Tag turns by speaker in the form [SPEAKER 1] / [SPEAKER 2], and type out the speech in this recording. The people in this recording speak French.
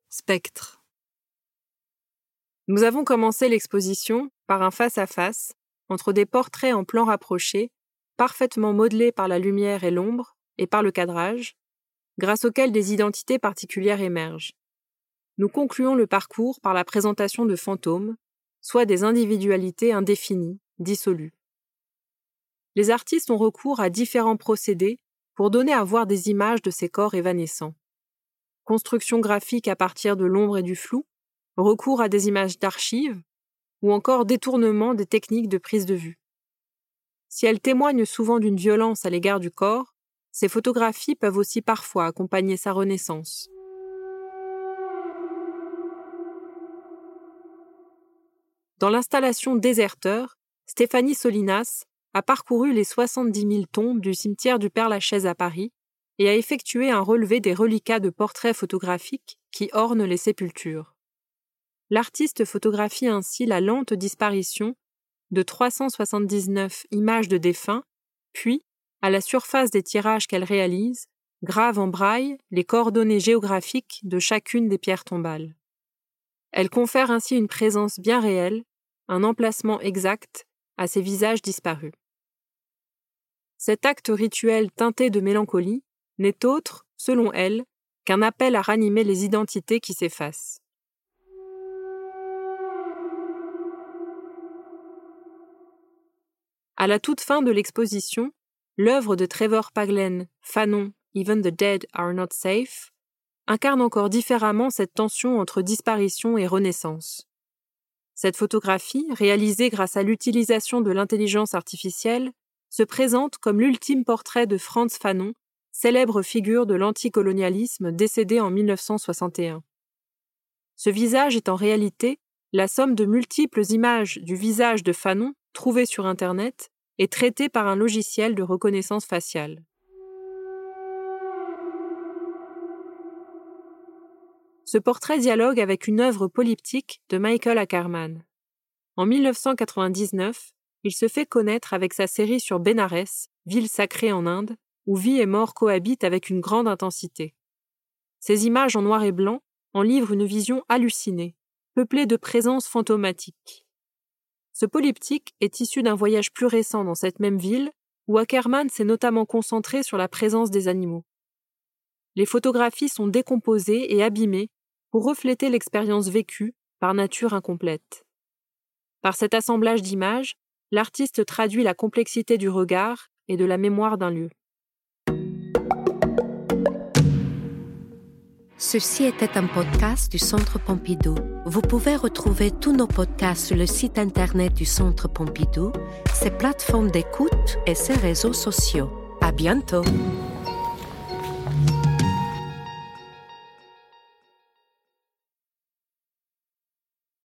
[SPEAKER 1] Spectre. Nous avons commencé l'exposition par un face-à-face entre des portraits en plan rapproché, parfaitement modelés par la lumière et l'ombre et par le cadrage, grâce auxquels des identités particulières émergent. Nous concluons le parcours par la présentation de fantômes, soit des individualités indéfinies, dissolues. Les artistes ont recours à différents procédés pour donner à voir des images de ces corps évanescents. Construction graphique à partir de l'ombre et du flou, recours à des images d'archives, ou encore détournement des techniques de prise de vue. Si elles témoignent souvent d'une violence à l'égard du corps, ces photographies peuvent aussi parfois accompagner sa renaissance. Dans l'installation Déserteur, Stéphanie Solinas a parcouru les 70 000 tombes du cimetière du Père-Lachaise à Paris et a effectué un relevé des reliquats de portraits photographiques qui ornent les sépultures. L'artiste photographie ainsi la lente disparition de 379 images de défunts, puis, à la surface des tirages qu'elle réalise, grave en braille les coordonnées géographiques de chacune des pierres tombales. Elle confère ainsi une présence bien réelle, un emplacement exact à ces visages disparus. Cet acte rituel teinté de mélancolie n'est autre, selon elle, qu'un appel à ranimer les identités qui s'effacent. À la toute fin de l'exposition, l'œuvre de Trevor Paglen, Fanon, Even the Dead are not safe, incarne encore différemment cette tension entre disparition et renaissance. Cette photographie, réalisée grâce à l'utilisation de l'intelligence artificielle, se présente comme l'ultime portrait de Frantz Fanon, célèbre figure de l'anticolonialisme décédé en 1961. Ce visage est en réalité la somme de multiples images du visage de Fanon trouvées sur Internet et traitées par un logiciel de reconnaissance faciale. Ce portrait dialogue avec une œuvre polyptyque de Michael Ackerman. En 1999, il se fait connaître avec sa série sur Bénarès, ville sacrée en Inde, où vie et mort cohabitent avec une grande intensité. Ces images en noir et blanc en livrent une vision hallucinée, peuplée de présences fantomatiques. Ce polyptyque est issu d'un voyage plus récent dans cette même ville, où Ackerman s'est notamment concentré sur la présence des animaux. Les photographies sont décomposées et abîmées pour refléter l'expérience vécue, par nature incomplète. Par cet assemblage d'images, l'artiste traduit la complexité du regard et de la mémoire d'un lieu.
[SPEAKER 2] Ceci était un podcast du Centre Pompidou. Vous pouvez retrouver tous nos podcasts sur le site internet du Centre Pompidou, ses plateformes d'écoute et ses réseaux sociaux. À bientôt!